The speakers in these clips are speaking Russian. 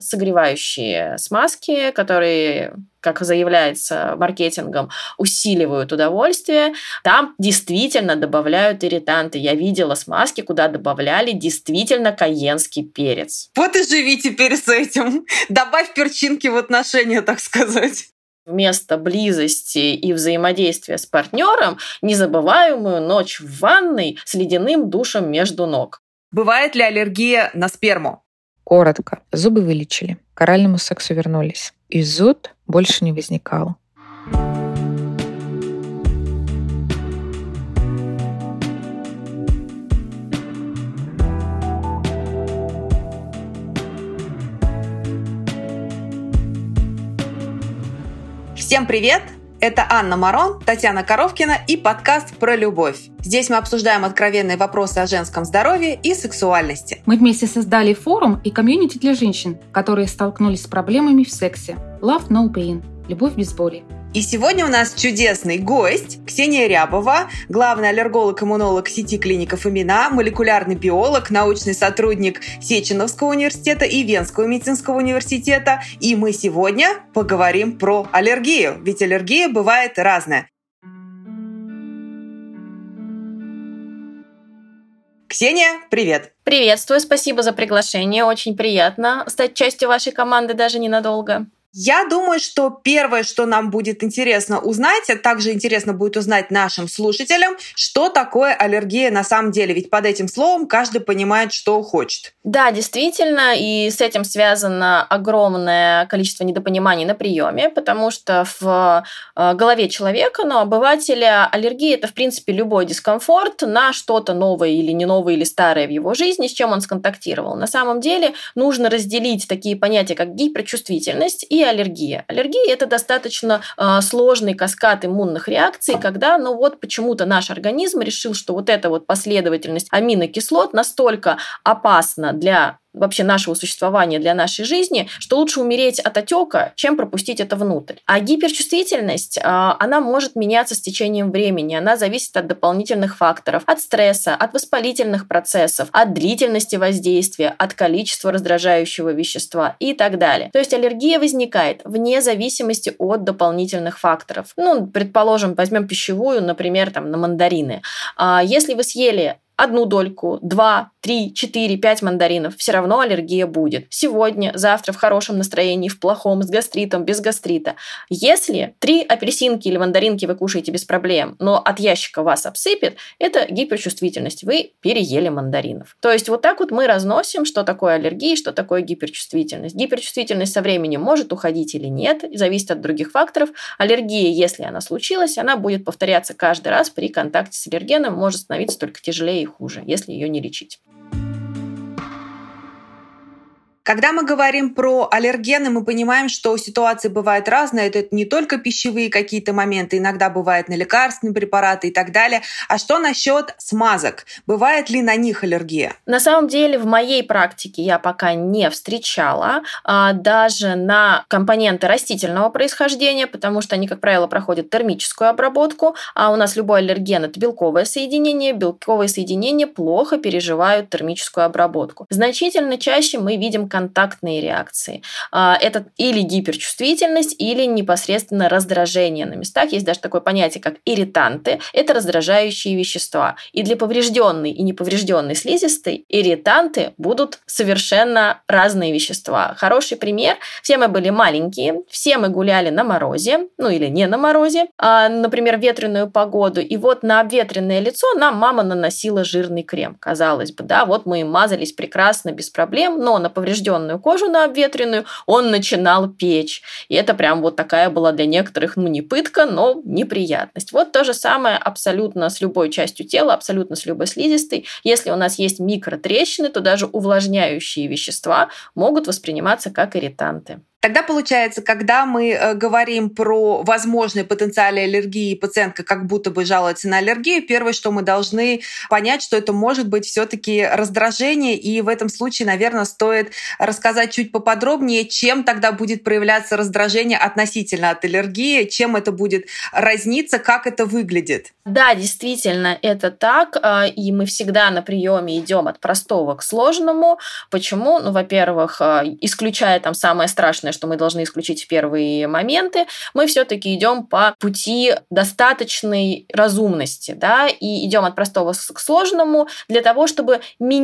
согревающие смазки, которые, как заявляется маркетингом, усиливают удовольствие. Там действительно добавляют ирританты. Я видела смазки, куда добавляли действительно кайенский перец. Вот и живи теперь с этим. Добавь перчинки в отношения, так сказать. Вместо близости и взаимодействия с партнером незабываемую ночь в ванной с ледяным душем между ног. Бывает ли аллергия на сперму? Коротко. Зубы вылечили. К оральному сексу вернулись. И зуд больше не возникал. Всем привет! Это Анна Марон, Татьяна Коровкина и подкаст про любовь. Здесь мы обсуждаем откровенные вопросы о женском здоровье и сексуальности. Мы вместе создали форум и комьюнити для женщин, которые столкнулись с проблемами в сексе. Love No Pain. Любовь без боли. И сегодня у нас чудесный гость Ксения Рябова, главный аллерголог-иммунолог сети клиников «Имена», молекулярный биолог, научный сотрудник Сеченовского университета и Венского медицинского университета. И мы сегодня поговорим про аллергию, ведь аллергия бывает разная. Ксения, привет! Приветствую, спасибо за приглашение. Очень приятно стать частью вашей команды даже ненадолго. Я думаю, что первое, что нам будет интересно узнать, а также интересно будет узнать нашим слушателям, что такое аллергия на самом деле. Ведь под этим словом каждый понимает, что хочет. Да, действительно, и с этим связано огромное количество недопониманий на приеме, потому что в голове человека, но обывателя, аллергия – это, в принципе, любой дискомфорт на что-то новое или не новое, или старое в его жизни, с чем он сконтактировал. На самом деле нужно разделить такие понятия, как гиперчувствительность и аллергия. Аллергия – это достаточно сложный каскад иммунных реакций, когда, почему-то наш организм решил, что вот эта вот последовательность аминокислот настолько опасна для вообще нашего существования, для нашей жизни, что лучше умереть от отека, чем пропустить это внутрь. А гиперчувствительность, она может меняться с течением времени, она зависит от дополнительных факторов, от стресса, от воспалительных процессов, от длительности воздействия, от количества раздражающего вещества и так далее. То есть аллергия возникает вне зависимости от дополнительных факторов. Предположим, возьмем пищевую, например, на мандарины. Если вы съели одну дольку, 2, 3, 4, 5 мандаринов, все равно аллергия будет. Сегодня, завтра в хорошем настроении, в плохом, с гастритом, без гастрита. Если 3 апельсинки или мандаринки вы кушаете без проблем, но от ящика вас обсыпет, это гиперчувствительность. Вы переели мандаринов. То есть вот так вот мы разносим, что такое аллергия, что такое гиперчувствительность. Гиперчувствительность со временем может уходить или нет, зависит от других факторов. Аллергия, если она случилась, она будет повторяться каждый раз при контакте с аллергеном, может становиться только тяжелее и хуже, если ее не лечить. Когда мы говорим про аллергены, мы понимаем, что ситуации бывают разные. Это не только пищевые какие-то моменты, иногда бывает на лекарственные препараты и так далее. А что насчет смазок? Бывает ли на них аллергия? На самом деле в моей практике я пока не встречала даже на компоненты растительного происхождения, потому что они, как правило, проходят термическую обработку, а у нас любой аллерген – это белковое соединение. Белковые соединения плохо переживают термическую обработку. Значительно чаще мы видим контактные реакции. Это или гиперчувствительность, или непосредственно раздражение на местах. Есть даже такое понятие, как ирританты. Это раздражающие вещества. И для поврежденной и неповрежденной слизистой ирританты будут совершенно разные вещества. Хороший пример. Все мы были маленькие, все мы гуляли на морозе, или не на морозе, например, в ветреную погоду. И вот на обветренное лицо нам мама наносила жирный крем. Казалось бы, да, вот мы им мазались прекрасно, без проблем, но на поврежденную кожу, на обветренную, он начинал печь. И это прям вот такая была для некоторых, не пытка, но неприятность. Вот то же самое абсолютно с любой частью тела, абсолютно с любой слизистой. Если у нас есть микротрещины, то даже увлажняющие вещества могут восприниматься как ирританты. Тогда получается, когда мы говорим про возможные потенциальные аллергии, пациентка как будто бы жалуется на аллергию, первое, что мы должны понять, что это может быть все-таки раздражение, и в этом случае, наверное, стоит рассказать чуть поподробнее, чем тогда будет проявляться раздражение относительно от аллергии, чем это будет разниться, как это выглядит. Да, действительно, это так, и мы всегда на приеме идем от простого к сложному. Почему? Во-первых, исключая там самое страшное, что мы должны исключить в первые моменты, мы все-таки идем по пути достаточной разумности, да, и идем от простого к сложному для того, чтобы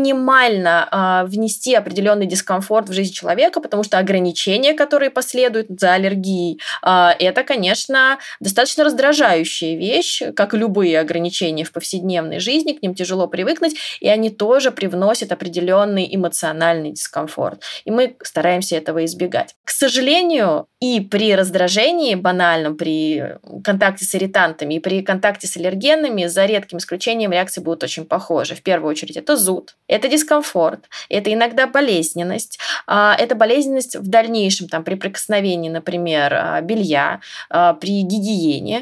минимально внести определенный дискомфорт в жизнь человека, потому что ограничения, которые последуют за аллергией, это, конечно, достаточно раздражающая вещь, как и любые ограничения в повседневной жизни, к ним тяжело привыкнуть, и они тоже привносят определенный эмоциональный дискомфорт. И мы стараемся этого избегать. К сожалению, и при раздражении банальном, при контакте с ирритантами, и при контакте с аллергенами, за редким исключением, реакции будут очень похожи. В первую очередь это зуд, это дискомфорт, это иногда болезненность, это болезненность в дальнейшем при прикосновении, например, белья, при гигиене.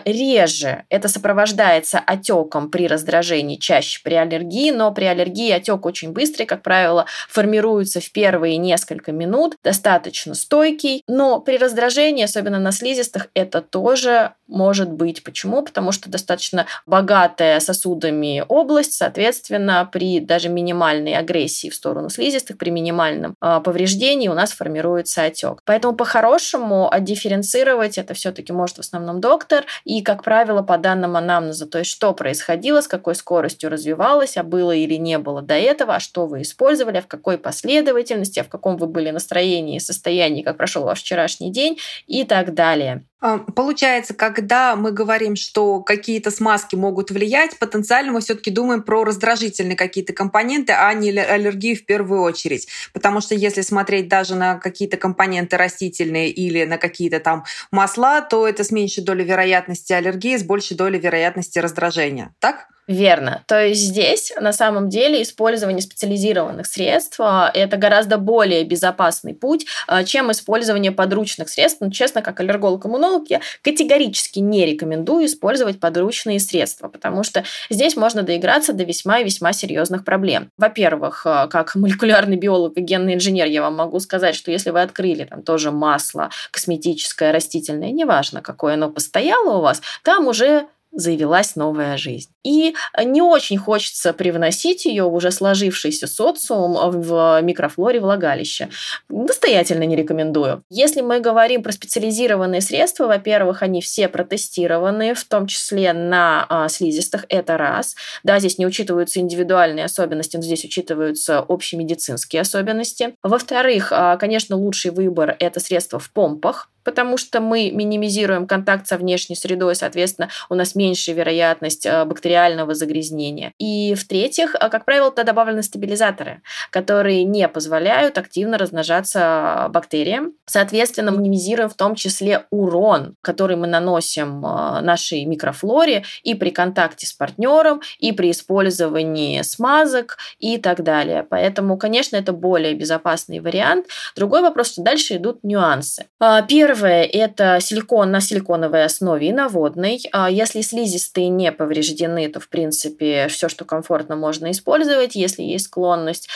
Реже это сопровождается отеком при раздражении, чаще при аллергии, но при аллергии отек очень быстрый, как правило, формируется в первые несколько минут, достаточно стойкий, но при раздражении, особенно на слизистых, это тоже может быть. Почему? Потому что достаточно богатая сосудами область, соответственно, при даже минимальной агрессии в сторону слизистых, при минимальном повреждении у нас формируется отек. Поэтому по-хорошему отдифференцировать это все-таки может в основном доктор, и, как правило, по данным анамнеза, то есть что происходило, с какой скоростью развивалось, а было или не было до этого, а что вы использовали, а в какой последовательности, а в каком вы были настроении, состоянии, как прошел ваш вчерашний день и так далее. Получается, когда мы говорим, что какие-то смазки могут влиять, потенциально мы все-таки думаем про раздражительные какие-то компоненты, а не аллергии в первую очередь. Потому что если смотреть даже на какие-то компоненты растительные или на какие-то там масла, то это с меньшей долей вероятности аллергии, с большей долей вероятности раздражения. Так? Верно. То есть здесь на самом деле использование специализированных средств – это гораздо более безопасный путь, чем использование подручных средств. Но, честно, как аллерголог-иммунолог, я категорически не рекомендую использовать подручные средства, потому что здесь можно доиграться до весьма и весьма серьезных проблем. Во-первых, как молекулярный биолог и генный инженер, я вам могу сказать, что если вы открыли там тоже масло косметическое, растительное, неважно, какое оно постояло у вас, там уже завелась новая жизнь. И не очень хочется привносить ее в уже сложившийся социум в микрофлоре влагалища. Настоятельно не рекомендую. Если мы говорим про специализированные средства, во-первых, они все протестированы, в том числе на слизистых, это раз. Да, здесь не учитываются индивидуальные особенности, но здесь учитываются общемедицинские особенности. Во-вторых, конечно, лучший выбор – это средства в помпах, потому что мы минимизируем контакт со внешней средой, соответственно, у нас меньшая вероятность бактериального загрязнения. И в-третьих, как правило, туда добавлены стабилизаторы, которые не позволяют активно размножаться бактериям. Соответственно, минимизируем в том числе урон, который мы наносим нашей микрофлоре и при контакте с партнером, и при использовании смазок и так далее. Поэтому, конечно, это более безопасный вариант. Другой вопрос, что дальше идут нюансы. Первое – это силикон на силиконовой основе и на водной. Если слизистые не повреждены, то, в принципе, все, что комфортно, можно использовать. Если есть склонность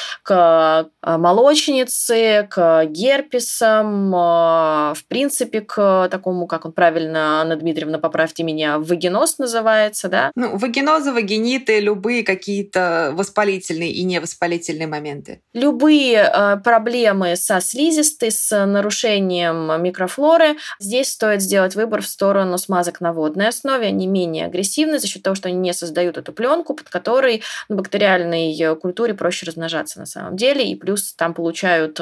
к молочнице, к герпесам, в принципе, к такому, как он правильно, Анна Дмитриевна, поправьте меня, вагиноз называется, да? Вагинозы, вагиниты, любые какие-то воспалительные и невоспалительные моменты. Любые проблемы со слизистой, с нарушением микрофлоры, здесь стоит сделать выбор в сторону смазок на водной основе. Они менее агрессивны за счет того, что они не создают эту пленку, под которой бактериальной культуре проще размножаться на самом деле. И плюс там получают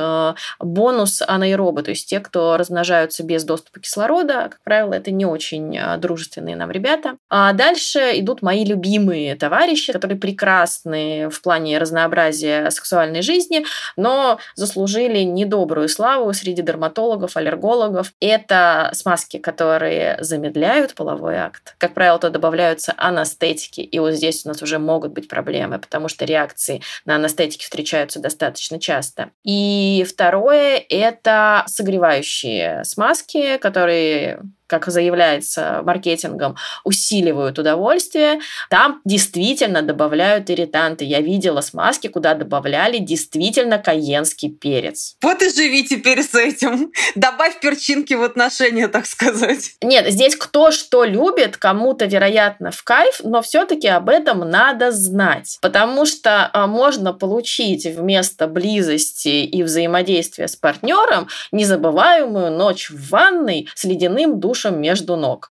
бонус анаэробы, то есть те, кто размножаются без доступа кислорода. Как правило, это не очень дружественные нам ребята. А дальше идут мои любимые товарищи, которые прекрасны в плане разнообразия сексуальной жизни, но заслужили недобрую славу среди дерматологов, аллергологов. это смазки, которые замедляют половой акт. Как правило, то добавляются анестетики, и вот здесь у нас уже могут быть проблемы, потому что реакции на анестетики встречаются достаточно часто. И второе – это согревающие смазки, которые, как заявляется маркетингом, усиливают удовольствие. Там действительно добавляют ирританты. Я видела смазки, куда добавляли действительно кайенский перец. Вот и живи теперь с этим. Добавь перчинки в отношения, так сказать. Нет, здесь кто что любит, кому-то, вероятно, в кайф, но все-таки об этом надо знать. Потому что можно получить вместо близости и взаимодействия с партнером незабываемую ночь в ванной с ледяным душем между ног.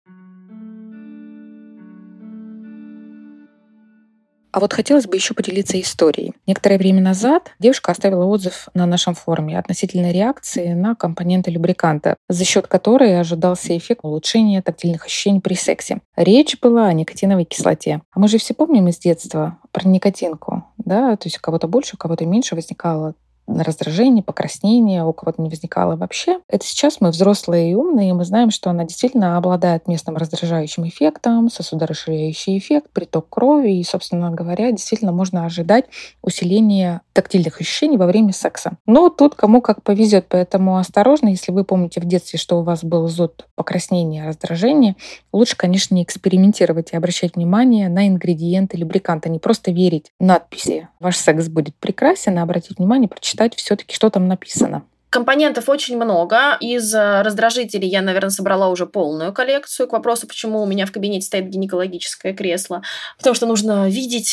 А вот хотелось бы еще поделиться историей. Некоторое время назад девушка оставила отзыв на нашем форуме относительно реакции на компоненты любриканта, за счет которой ожидался эффект улучшения тактильных ощущений при сексе. Речь была о никотиновой кислоте. А мы же все помним из детства про никотинку, да? То есть у кого-то больше, у кого-то меньше возникало раздражение, покраснение, у кого-то не возникало вообще. Это сейчас мы взрослые и умные, и мы знаем, что она действительно обладает местным раздражающим эффектом, сосудорасширяющий эффект, приток крови, и, собственно говоря, действительно можно ожидать усиления тактильных ощущений во время секса. Но тут кому как повезет, поэтому осторожно, если вы помните в детстве, что у вас был зуд, покраснение, раздражение, лучше, конечно, не экспериментировать и обращать внимание на ингредиенты любриканта, не просто верить надписи «Ваш секс будет прекрасен», а обратить внимание, прочитать все-таки, что там написано. Компонентов очень много. Из раздражителей я, наверное, собрала уже полную коллекцию. К вопросу, почему у меня в кабинете стоит гинекологическое кресло. Потому что нужно видеть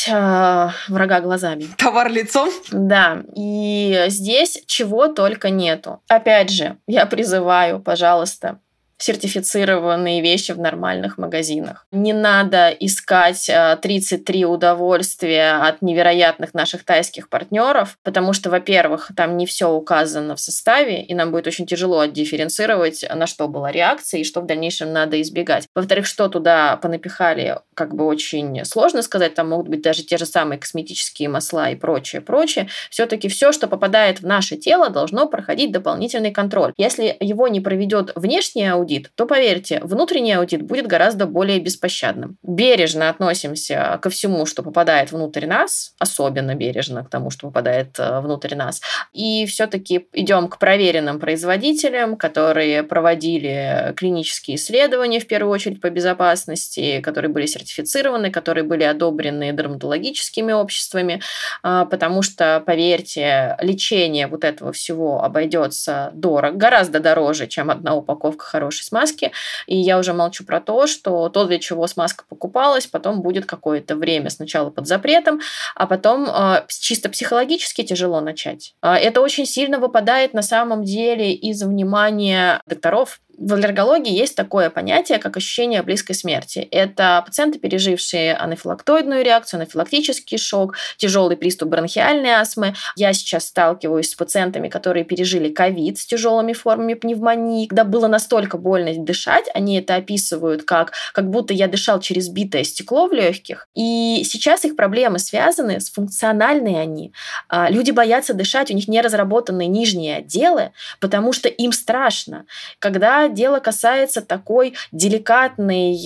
врага глазами. Товар лицом. Да. И здесь чего только нету. Опять же, я призываю, пожалуйста, сертифицированные вещи в нормальных магазинах. Не надо искать 33 удовольствия от невероятных наших тайских партнеров, потому что, во-первых, там не все указано в составе, и нам будет очень тяжело отдифференцировать, на что была реакция и что в дальнейшем надо избегать. Во-вторых, что туда понапихали, как бы очень сложно сказать, там могут быть даже те же самые косметические масла и прочее. Все-таки все, что попадает в наше тело, должно проходить дополнительный контроль. Если его не проведет внешний аудит, то, поверьте, внутренний аудит будет гораздо более беспощадным. Бережно относимся ко всему, что попадает внутрь нас, особенно бережно к тому, что попадает внутрь нас. И все-таки идем к проверенным производителям, которые проводили клинические исследования, в первую очередь по безопасности, которые были сертифицированы, которые были одобрены дерматологическими обществами, потому что, поверьте, лечение вот этого всего обойдется дорого, гораздо дороже, чем одна упаковка хорошей смазки. И я уже молчу про то, что то, для чего смазка покупалась, потом будет какое-то время сначала под запретом, а потом чисто психологически тяжело начать. Это очень сильно выпадает на самом деле из внимания докторов. В аллергологии есть такое понятие, как ощущение близкой смерти. Это пациенты, пережившие анафилактоидную реакцию, анафилактический шок, тяжелый приступ бронхиальной астмы. Я сейчас сталкиваюсь с пациентами, которые пережили ковид с тяжелыми формами пневмонии, когда было настолько больно дышать, они это описывают как будто я дышал через битое стекло в легких. И сейчас их проблемы связаны с функциональной они. Люди боятся дышать, у них не разработаны нижние отделы, потому что им страшно. Когда дело касается такой деликатной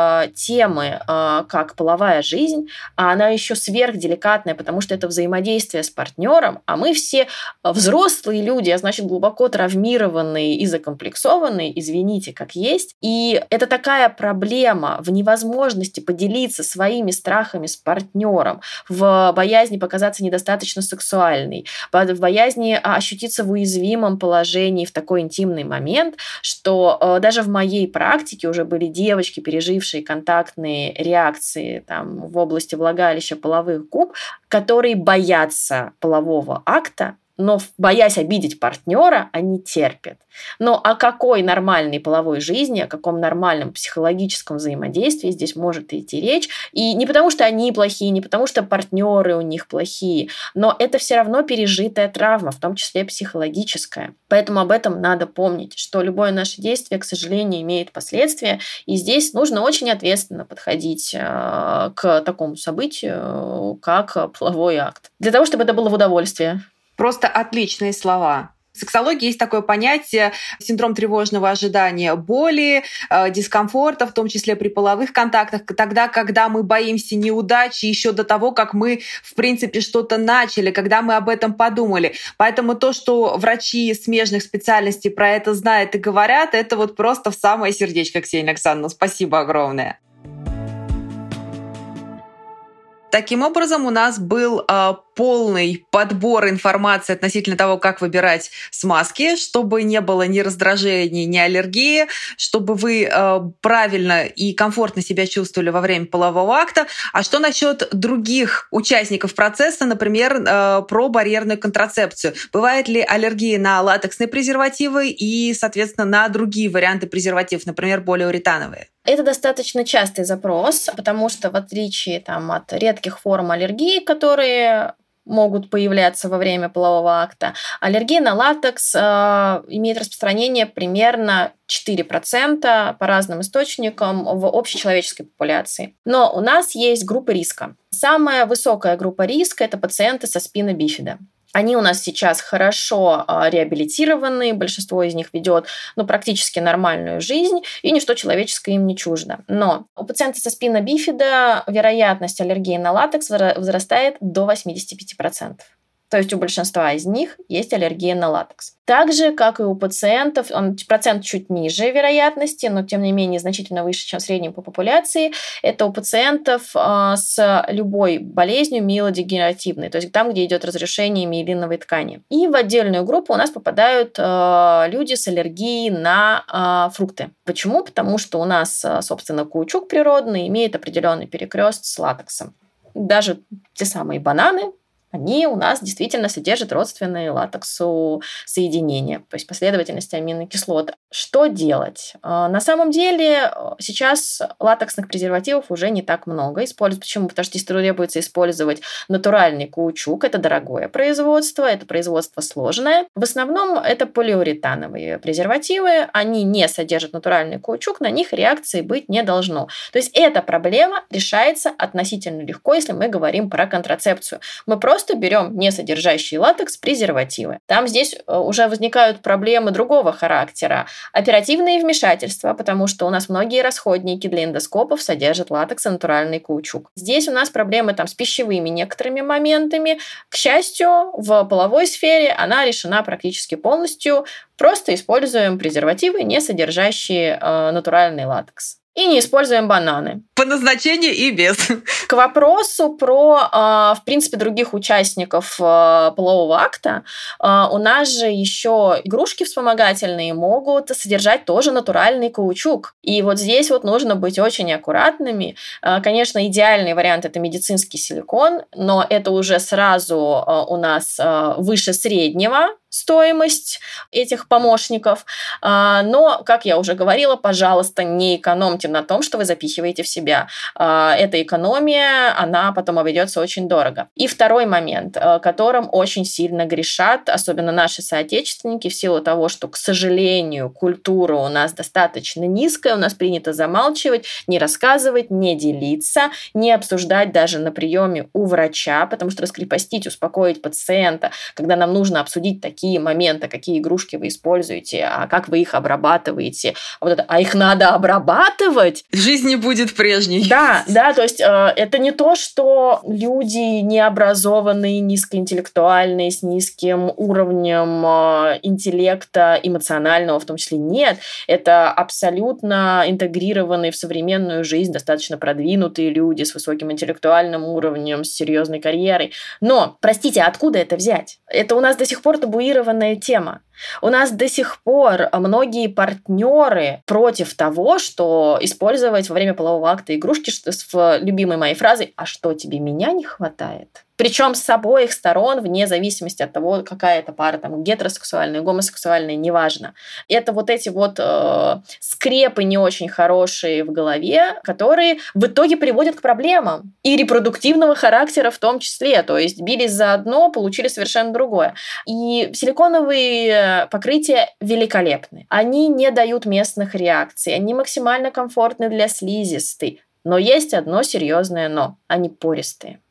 темы, как половая жизнь, а она еще сверхделикатная, потому что это взаимодействие с партнером, а мы все взрослые люди, а значит глубоко травмированные и закомплексованные, извините, как есть. И это такая проблема в невозможности поделиться своими страхами с партнером, в боязни показаться недостаточно сексуальной, в боязни ощутиться в уязвимом положении в такой интимный момент, что даже в моей практике уже были девочки, пережившие контактные реакции там, в области влагалища, половых губ, которые боятся полового акта, но, боясь обидеть партнера, они терпят. Но о какой нормальной половой жизни, о каком нормальном психологическом взаимодействии здесь может идти речь? И не потому, что они плохие, не потому, что партнеры у них плохие, но это все равно пережитая травма, в том числе психологическая. Поэтому об этом надо помнить, что любое наше действие, к сожалению, имеет последствия, и здесь нужно очень ответственно подходить к такому событию, как половой акт, для того, чтобы это было в удовольствие. Просто отличные слова. В сексологии есть такое понятие синдром тревожного ожидания боли, дискомфорта, в том числе при половых контактах, тогда, когда мы боимся неудачи еще до того, как мы, в принципе, что-то начали, когда мы об этом подумали. Поэтому то, что врачи смежных специальностей про это знают и говорят, это вот просто в самое сердечко, Ксения Александровна. Спасибо огромное. Таким образом, у нас был полный подбор информации относительно того, как выбирать смазки, чтобы не было ни раздражений, ни аллергии, чтобы вы правильно и комфортно себя чувствовали во время полового акта. А что насчет других участников процесса, например, про барьерную контрацепцию? Бывает ли аллергия на латексные презервативы и, соответственно, на другие варианты презервативов, например, полиуретановые? Это достаточно частый запрос, потому что в отличие от редких форм аллергии, которые могут появляться во время полового акта, аллергия на латекс имеет распространение примерно 4% по разным источникам в общечеловеческой популяции. Но у нас есть группы риска. Самая высокая группа риска – это пациенты со спина бифида. Они у нас сейчас хорошо реабилитированы, большинство из них ведет практически нормальную жизнь, и ничто человеческое им не чуждо. Но у пациента со спина бифида вероятность аллергии на латекс возрастает до 85%. То есть у большинства из них есть аллергия на латекс. Так же, как и у пациентов, процент чуть ниже вероятности, но тем не менее значительно выше, чем в среднем по популяции, это у пациентов с любой болезнью миелодегенеративной, то есть там, где идет разрушение миелиновой ткани. И в отдельную группу у нас попадают люди с аллергией на фрукты. Почему? Потому что у нас, собственно, каучук природный имеет определенный перекрест с латексом. Даже те самые бананы, они у нас действительно содержат родственные латексу соединения, то есть последовательность аминокислот. Что делать? На самом деле сейчас латексных презервативов уже не так много используют. Почему? Потому что здесь требуется использовать натуральный каучук. Это дорогое производство, это производство сложное. В основном это полиуретановые презервативы. Они не содержат натуральный каучук, на них реакции быть не должно. То есть эта проблема решается относительно легко, если мы говорим про контрацепцию. Мы просто берем не содержащие латекс презервативы. Там здесь уже возникают проблемы другого характера. Оперативные вмешательства, потому что у нас многие расходники для эндоскопов содержат латекс и натуральный каучук. Здесь у нас проблемы с пищевыми некоторыми моментами. К счастью, в половой сфере она решена практически полностью. Просто используем презервативы, не содержащие натуральный латекс. И не используем бананы. По назначению и без. К вопросу про, в принципе, других участников полового акта, у нас же еще игрушки вспомогательные могут содержать тоже натуральный каучук. И вот здесь нужно быть очень аккуратными. Конечно, идеальный вариант – это медицинский силикон, но это уже сразу у нас выше среднего стоимость этих помощников. Но, как я уже говорила, пожалуйста, не экономьте на том, что вы запихиваете в себя. Эта экономия, она потом обойдется очень дорого. И второй момент, которым очень сильно грешат, особенно наши соотечественники, в силу того, что, к сожалению, культура у нас достаточно низкая, у нас принято замалчивать, не рассказывать, не делиться, не обсуждать даже на приеме у врача, потому что раскрепостить, успокоить пациента, когда нам нужно обсудить такие моменты, какие игрушки вы используете, а как вы их обрабатываете. А их надо обрабатывать? Жизнь не будет прежней. Да, то есть это не то, что люди необразованные, низкоинтеллектуальные, с низким уровнем интеллекта, эмоционального в том числе. Нет, это абсолютно интегрированные в современную жизнь, достаточно продвинутые люди с высоким интеллектуальным уровнем, с серьезной карьерой. Но, простите, откуда это взять? Это у нас до сих пор табуированная тема. У нас до сих пор многие партнеры против того, что использовать во время полового акта игрушки с любимой моей фразой «А что, тебе меня не хватает?» Причем с обоих сторон, вне зависимости от того, какая это пара, гетеросексуальная, гомосексуальная, неважно. Это эти скрепы не очень хорошие в голове, которые в итоге приводят к проблемам. И репродуктивного характера в том числе. То есть бились за одно, получили совершенно другое. И силиконовые покрытия великолепны. Они не дают местных реакций. Они максимально комфортны для слизистой. Но есть одно серьезное но. Они пористые.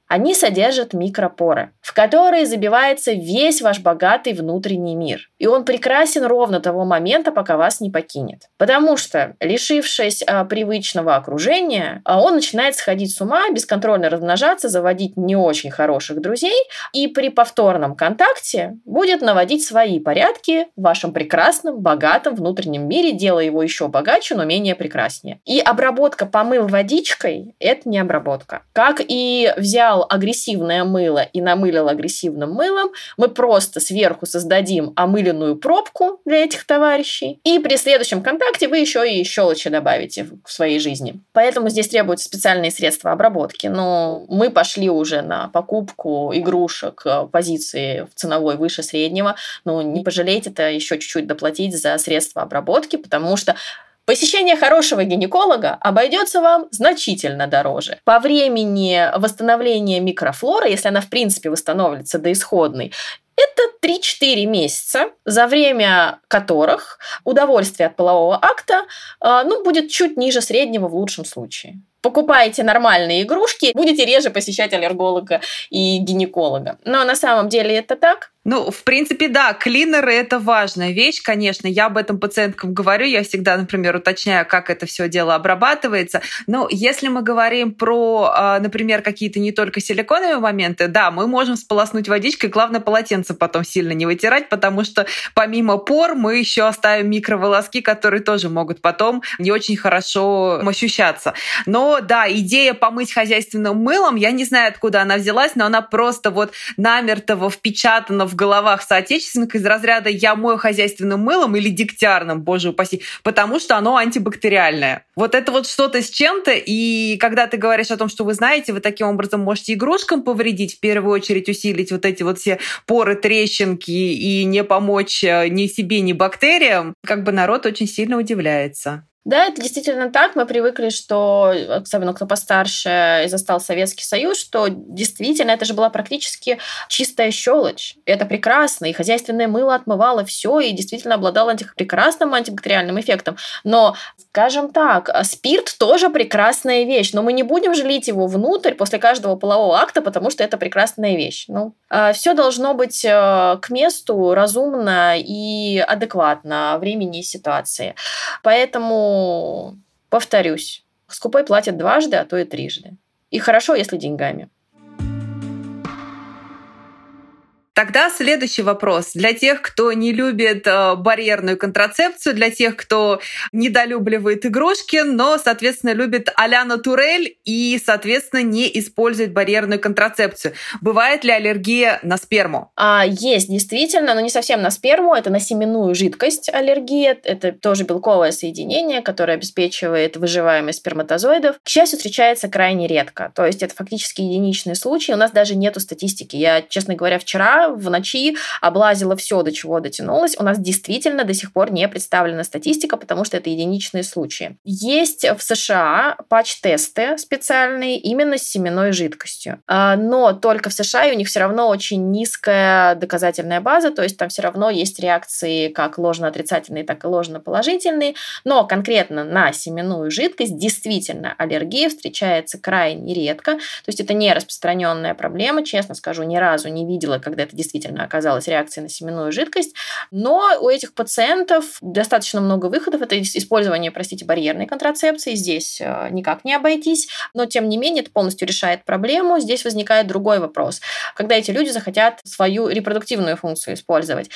Они содержат микропоры, в которые забивается весь ваш богатый внутренний мир. И он прекрасен ровно того момента, пока вас не покинет. Потому что, лишившись привычного окружения, он начинает сходить с ума, бесконтрольно размножаться, заводить не очень хороших друзей и при повторном контакте будет наводить свои порядки в вашем прекрасном, богатом внутреннем мире, делая его еще богаче, но менее прекраснее. И обработка помыл водичкой – это не обработка. Как и взял агрессивное мыло и намылил агрессивным мылом, мы просто сверху создадим омыленную пробку для этих товарищей, и при следующем контакте вы еще и щелочи добавите в своей жизни. Поэтому здесь требуются специальные средства обработки. Но мы пошли уже на покупку игрушек позиции ценовой выше среднего. Но не пожалейте-то еще чуть-чуть доплатить за средства обработки, потому что посещение хорошего гинеколога обойдется вам значительно дороже. По времени восстановления микрофлоры, если она в принципе восстановится до исходной, это 3-4 месяца, за время которых удовольствие от полового акта будет чуть ниже среднего в лучшем случае. Покупаете нормальные игрушки, будете реже посещать аллерголога и гинеколога. Но на самом деле это так. В принципе, да, клинеры – это важная вещь, конечно. Я об этом пациенткам говорю. Я всегда, например, уточняю, как это все дело обрабатывается. Но если мы говорим про, например, какие-то не только силиконовые моменты, да, мы можем сполоснуть водичкой, главное, полотенце потом сильно не вытирать, потому что помимо пор мы еще оставим микроволоски, которые тоже могут потом не очень хорошо ощущаться. Но да, идея помыть хозяйственным мылом, я не знаю, откуда она взялась, но она просто намертво впечатана в головах соотечественных из разряда «я мою хозяйственным мылом» или дегтярным, боже упаси, потому что оно антибактериальное. Это что-то с чем-то, и когда ты говоришь о том, что вы знаете, вы таким образом можете игрушкам повредить, в первую очередь усилить эти все поры, трещинки и не помочь ни себе, ни бактериям, народ очень сильно удивляется. Да, это действительно так. Мы привыкли, что, особенно кто постарше и застал Советский Союз, что действительно это же была практически чистая щелочь. Это прекрасно, и хозяйственное мыло отмывало все и действительно обладало прекрасным антибактериальным эффектом. Но, скажем так, спирт тоже прекрасная вещь, но мы не будем же его внутрь после каждого полового акта, потому что это прекрасная вещь. Все должно быть к месту, разумно и адекватно времени и ситуации. Поэтому повторюсь, скупой платит дважды, а то и трижды. И хорошо, если деньгами. Тогда следующий вопрос. Для тех, кто не любит барьерную контрацепцию, для тех, кто недолюбливает игрушки, но, соответственно, любит а-ля натурель и, соответственно, не использует барьерную контрацепцию. Бывает ли аллергия на сперму? Есть, действительно, но не совсем на сперму. Это на семенную жидкость аллергия. Это тоже белковое соединение, которое обеспечивает выживаемость сперматозоидов. К счастью, встречается крайне редко. То есть это фактически единичный случай. У нас даже нету статистики. Я, честно говоря, вчера в ночи облазила все, до чего дотянулась. У нас действительно до сих пор не представлена статистика, потому что это единичные случаи. Есть в США патч-тесты специальные именно с семенной жидкостью. Но только в США, и у них все равно очень низкая доказательная база, то есть там все равно есть реакции как ложно-отрицательные, так и ложно-положительные. Но конкретно на семенную жидкость действительно аллергия встречается крайне редко. То есть это не распространенная проблема. Честно скажу, ни разу не видела, когда это действительно оказалась реакцией на семенную жидкость. Но у этих пациентов достаточно много выходов. Это использование, барьерной контрацепции. Здесь никак не обойтись. Но, тем не менее, это полностью решает проблему. Здесь возникает другой вопрос. Когда эти люди захотят свою репродуктивную функцию использовать.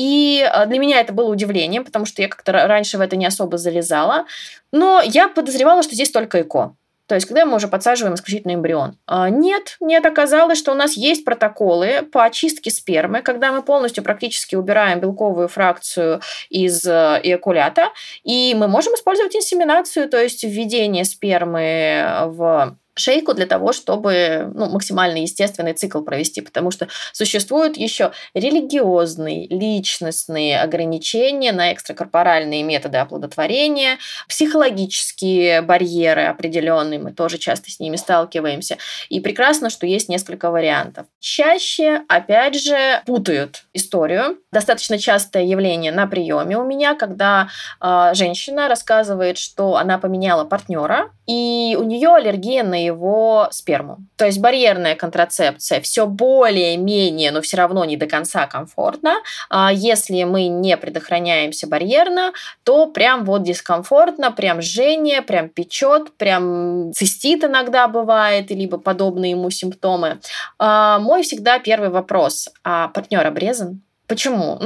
И для меня это было удивлением, потому что я как-то раньше в это не особо залезала. Но я подозревала, что здесь только ЭКО. То есть, когда мы уже подсаживаем исключительно эмбрион. Нет, оказалось, что у нас есть протоколы по очистке спермы, когда мы полностью практически убираем белковую фракцию из эякулята, и мы можем использовать инсеминацию, то есть введение спермы в шейку для того, чтобы максимально естественный цикл провести, потому что существуют еще религиозные, личностные ограничения на экстракорпоральные методы оплодотворения, психологические барьеры определенные, мы тоже часто с ними сталкиваемся. И прекрасно, что есть несколько вариантов. Чаще, опять же, путают историю. Достаточно частое явление на приеме у меня, когда женщина рассказывает, что она поменяла партнера, и у нее аллергия на его сперму. То есть барьерная контрацепция все более-менее, но все равно не до конца комфортно. Если мы не предохраняемся барьерно, то прям вот дискомфортно, прям жжение, прям печет, прям цистит иногда бывает, либо подобные ему симптомы. Мой всегда первый вопрос: а партнер обрезан? Почему?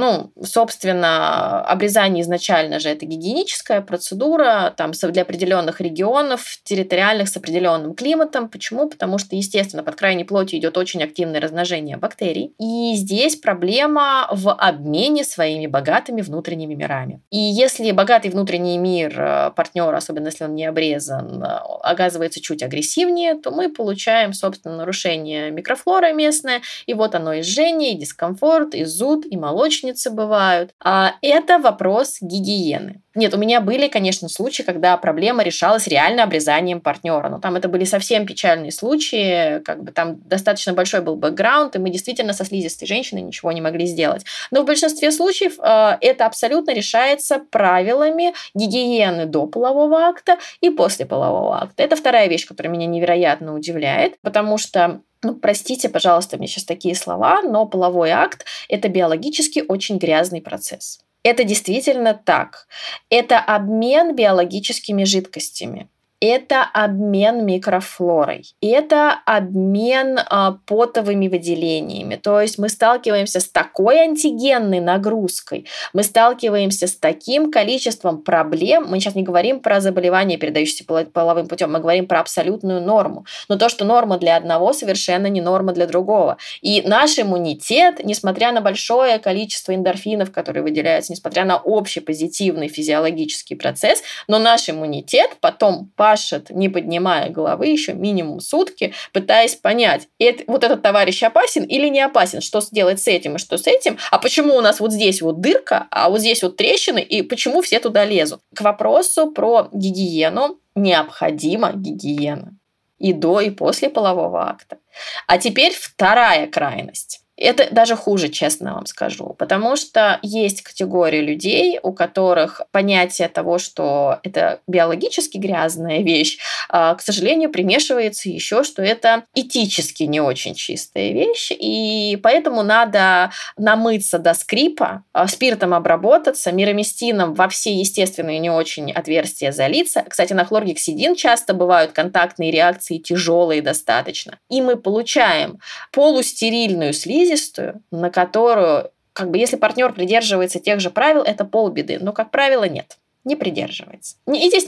Собственно, обрезание изначально же это гигиеническая процедура там, для определенных регионов, территориальных, с определенным климатом. Почему? Потому что, естественно, под крайней плотью идет очень активное размножение бактерий. И здесь проблема в обмене своими богатыми внутренними мирами. И если богатый внутренний мир партнера, особенно если он не обрезан, оказывается чуть агрессивнее, то мы получаем, собственно, нарушение микрофлоры местной. И вот оно и жжение, и дискомфорт, и зуд, и молочницы бывают. Это вопрос гигиены. Нет, у меня были, конечно, случаи, когда проблема решалась реально обрезанием партнера. Но там это были совсем печальные случаи, там достаточно большой был бэкграунд, и мы действительно со слизистой женщиной ничего не могли сделать. Но в большинстве случаев это абсолютно решается правилами гигиены до полового акта и после полового акта. Это вторая вещь, которая меня невероятно удивляет, потому что простите, пожалуйста, мне сейчас такие слова, но половой акт – это биологически очень грязный процесс. Это действительно так. Это обмен биологическими жидкостями. Это обмен микрофлорой, это обмен потовыми выделениями. То есть мы сталкиваемся с такой антигенной нагрузкой, мы сталкиваемся с таким количеством проблем. Мы сейчас не говорим про заболевания, передающиеся половым путем, мы говорим про абсолютную норму. Но то, что норма для одного, совершенно не норма для другого. И наш иммунитет, несмотря на большое количество эндорфинов, которые выделяются, несмотря на общий позитивный физиологический процесс, но наш иммунитет потом пашет, не поднимая головы, еще минимум сутки, пытаясь понять, вот этот товарищ опасен или не опасен, что сделать с этим и что с этим, а почему у нас вот здесь вот дырка, а вот здесь вот трещины, и почему все туда лезут. К вопросу про гигиену. Необходима гигиена и до, и после полового акта. А теперь вторая крайность. Это даже хуже, честно вам скажу, потому что есть категория людей, у которых понятие того, что это биологически грязная вещь, к сожалению, примешивается еще, что это этически не очень чистая вещь, и поэтому надо намыться до скрипа, спиртом обработаться, мироместином во все естественные не очень отверстия залиться. Кстати, на хлоргексидин часто бывают контактные реакции тяжелые достаточно. И мы получаем полустерильную слизь, на которую, если партнер придерживается тех же правил, это полбеды. Но, как правило, нет. Не придерживается. И здесь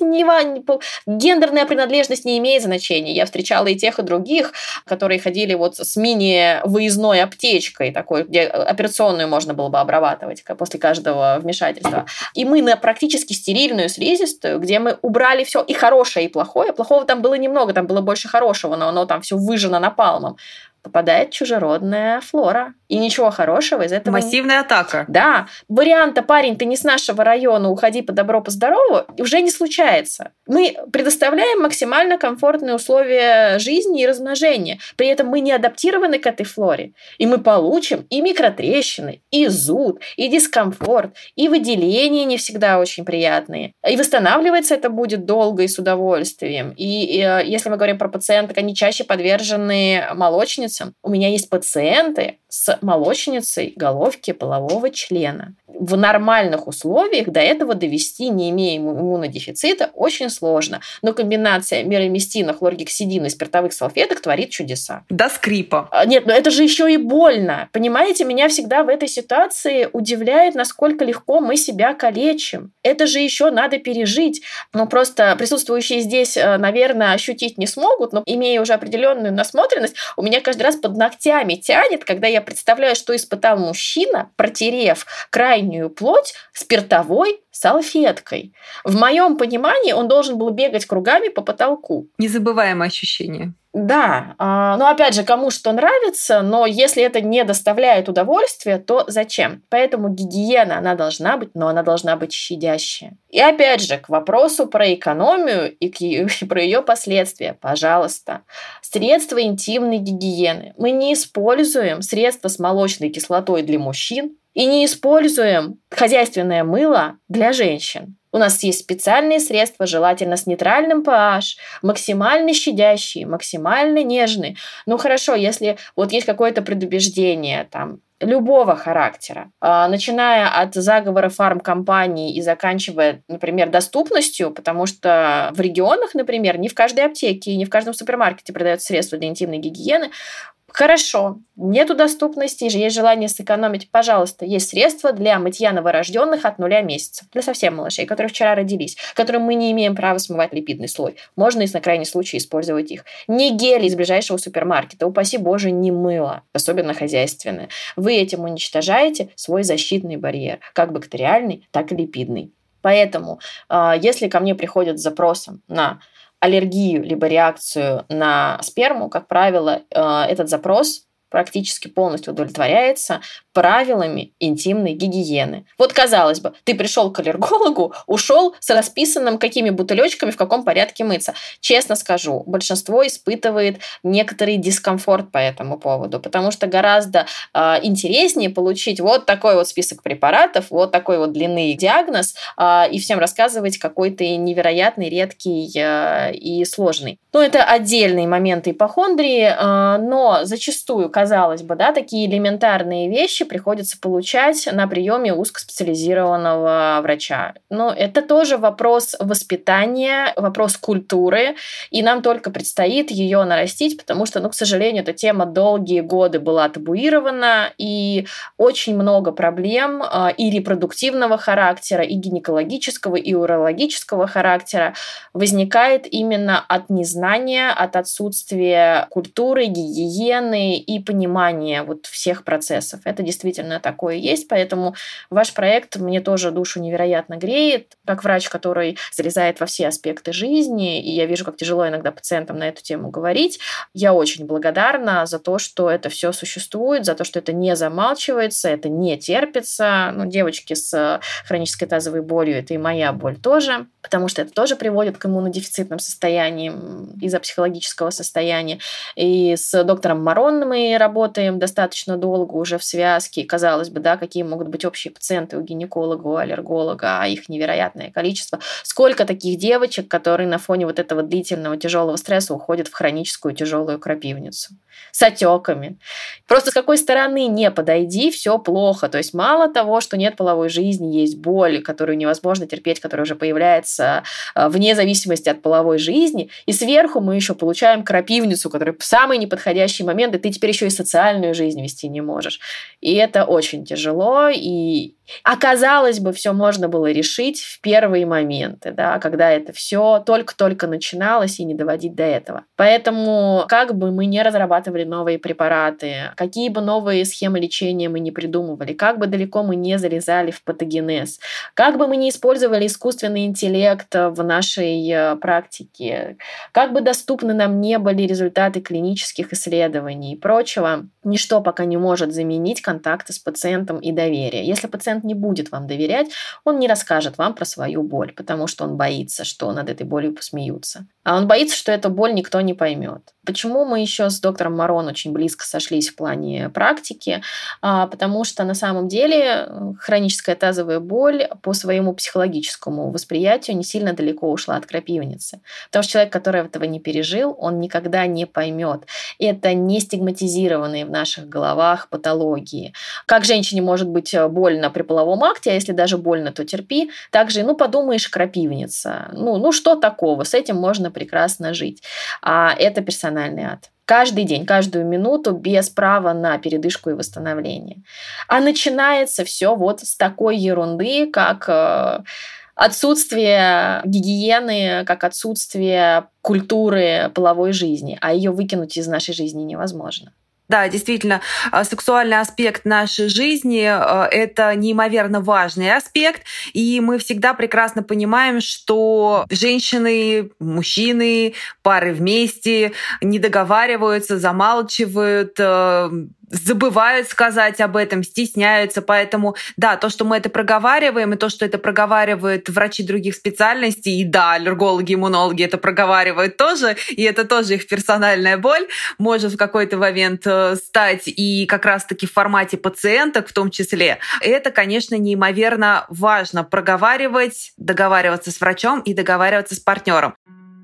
гендерная принадлежность не имеет значения. Я встречала и тех, и других, которые ходили вот с мини-выездной аптечкой, такой, где операционную можно было бы обрабатывать после каждого вмешательства. И мы на практически стерильную слизистую, где мы убрали все и хорошее, и плохое. Плохого там было немного, там было больше хорошего, но оно там все выжжено напалмом. Попадает чужеродная флора. И ничего хорошего из этого... Массивная атака. Да. Варианта «парень, ты не с нашего района, уходи по добру, по здорову» уже не случается. Мы предоставляем максимально комфортные условия жизни и размножения. При этом мы не адаптированы к этой флоре. И мы получим и микротрещины, и зуд, и дискомфорт, и выделения не всегда очень приятные. И восстанавливаться это будет долго и с удовольствием. И если мы говорим про пациенток, они чаще подвержены молочницам. У меня есть пациенты с молочницей головки полового члена. В нормальных условиях до этого довести, не имея иммунодефицита, очень сложно. Но комбинация мироместина, хлоргексидина и спиртовых салфеток творит чудеса. До скрипа. Нет, но это же еще и больно. Понимаете, меня всегда в этой ситуации удивляет, насколько легко мы себя калечим. Это же еще надо пережить. Просто присутствующие здесь, наверное, ощутить не смогут, но имея уже определенную насмотренность, у меня каждый раз под ногтями тянет, когда я представляю, что испытал мужчина, протерев крайнюю плоть спиртовой салфеткой. В моем понимании он должен был бегать кругами по потолку. Незабываемое ощущение. Да, опять же, кому что нравится, но если это не доставляет удовольствия, то зачем? Поэтому гигиена, она должна быть, но она должна быть щадящая. И опять же, к вопросу про экономию и про ее последствия. Пожалуйста, средства интимной гигиены. Мы не используем средства с молочной кислотой для мужчин и не используем хозяйственное мыло для женщин. У нас есть специальные средства, желательно с нейтральным pH, максимально щадящие, максимально нежные. Ну хорошо, если вот есть какое-то предубеждение там, любого характера, начиная от заговора фармкомпаний и заканчивая, например, доступностью, потому что в регионах, например, не в каждой аптеке и не в каждом супермаркете продаются средства для интимной гигиены. Хорошо, нету доступности, есть желание сэкономить. Пожалуйста, есть средства для мытья новорожденных от 0 месяцев. Для совсем малышей, которые вчера родились, которым мы не имеем права смывать липидный слой. Можно, на крайний случай, использовать их. Не гели из ближайшего супермаркета, упаси Боже, не мыло, особенно хозяйственное. Вы этим уничтожаете свой защитный барьер, как бактериальный, так и липидный. Поэтому, если ко мне приходят с запросом на аллергию либо реакцию на сперму, как правило, этот запрос практически полностью удовлетворяется правилами интимной гигиены. Вот, казалось бы, ты пришел к аллергологу, ушел с расписанным, какими бутылечками, в каком порядке мыться. Честно скажу, большинство испытывает некоторый дискомфорт по этому поводу, потому что гораздо интереснее получить вот такой вот список препаратов, вот такой вот длинный диагноз и всем рассказывать какой-то невероятный, редкий и сложный. Ну, это отдельные моменты ипохондрии, но зачастую, казалось бы, да, такие элементарные вещи приходится получать на приеме узкоспециализированного врача. Но это тоже вопрос воспитания, вопрос культуры, и нам только предстоит ее нарастить, потому что, к сожалению, эта тема долгие годы была табуирована, и очень много проблем и репродуктивного характера, и гинекологического, и урологического характера возникает именно от незнания, от отсутствия культуры, гигиены и понимания вот всех процессов. Это действительно такое есть, поэтому ваш проект мне тоже душу невероятно греет. Как врач, который залезает во все аспекты жизни, и я вижу, как тяжело иногда пациентам на эту тему говорить, я очень благодарна за то, что это все существует, за то, что это не замалчивается, это не терпится. Девочки с хронической тазовой болью, это и моя боль тоже, потому что это тоже приводит к иммунодефицитным состояниям из-за психологического состояния. И с доктором Марон мы работаем достаточно долго уже в связке. Казалось бы, да, какие могут быть общие пациенты у гинеколога, у аллерголога, а их невероятное количество. Сколько таких девочек, которые на фоне вот этого длительного тяжелого стресса уходят в хроническую тяжелую крапивницу с отеками. Просто с какой стороны не подойди, все плохо. То есть мало того, что нет половой жизни, есть боль, которую невозможно терпеть, которая уже появляется вне зависимости от половой жизни, и сверху мы еще получаем крапивницу, которая в самый неподходящий момент, и ты теперь еще и социальную жизнь вести не можешь. И это очень тяжело, и оказалось бы, все можно было решить в первые моменты, да, когда это все только-только начиналось, и не доводить до этого. Поэтому, как бы мы не разрабатывали новые препараты, какие бы новые схемы лечения мы не придумывали, как бы далеко мы не залезали в патогенез, как бы мы не использовали искусственный интеллект в нашей практике, как бы доступны нам не были результаты клинических исследований и прочего, ничто пока не может заменить контакты с пациентом и доверие. Если пациент не будет вам доверять, он не расскажет вам про свою боль, потому что он боится, что над этой болью посмеются. А он боится, что эту боль никто не поймет. Почему мы еще с доктором Марон очень близко сошлись в плане практики? Потому что на самом деле хроническая тазовая боль по своему психологическому восприятию не сильно далеко ушла от крапивницы. Потому что человек, который этого не пережил, он никогда не поймет. Это не стигматизированные в наших головах патологии. Как женщине может быть больно при половом акте, а если даже больно, то терпи. Также, подумаешь, крапивница. Что такого? С этим можно прекрасно жить. А это персональный ад. Каждый день, каждую минуту без права на передышку и восстановление. А начинается все вот с такой ерунды, как отсутствие гигиены, как отсутствие культуры половой жизни, а ее выкинуть из нашей жизни невозможно. Да, действительно, сексуальный аспект нашей жизни — это неимоверно важный аспект, и мы всегда прекрасно понимаем, что женщины, мужчины, пары вместе не договариваются, замалчивают, забывают сказать об этом, стесняются. Поэтому, да, то, что мы это проговариваем, и то, что это проговаривают врачи других специальностей, и да, аллергологи, иммунологи это проговаривают тоже, и это тоже их персональная боль, может в какой-то момент стать и как раз-таки в формате пациенток в том числе. Это, конечно, неимоверно важно проговаривать, договариваться с врачом и договариваться с партнером.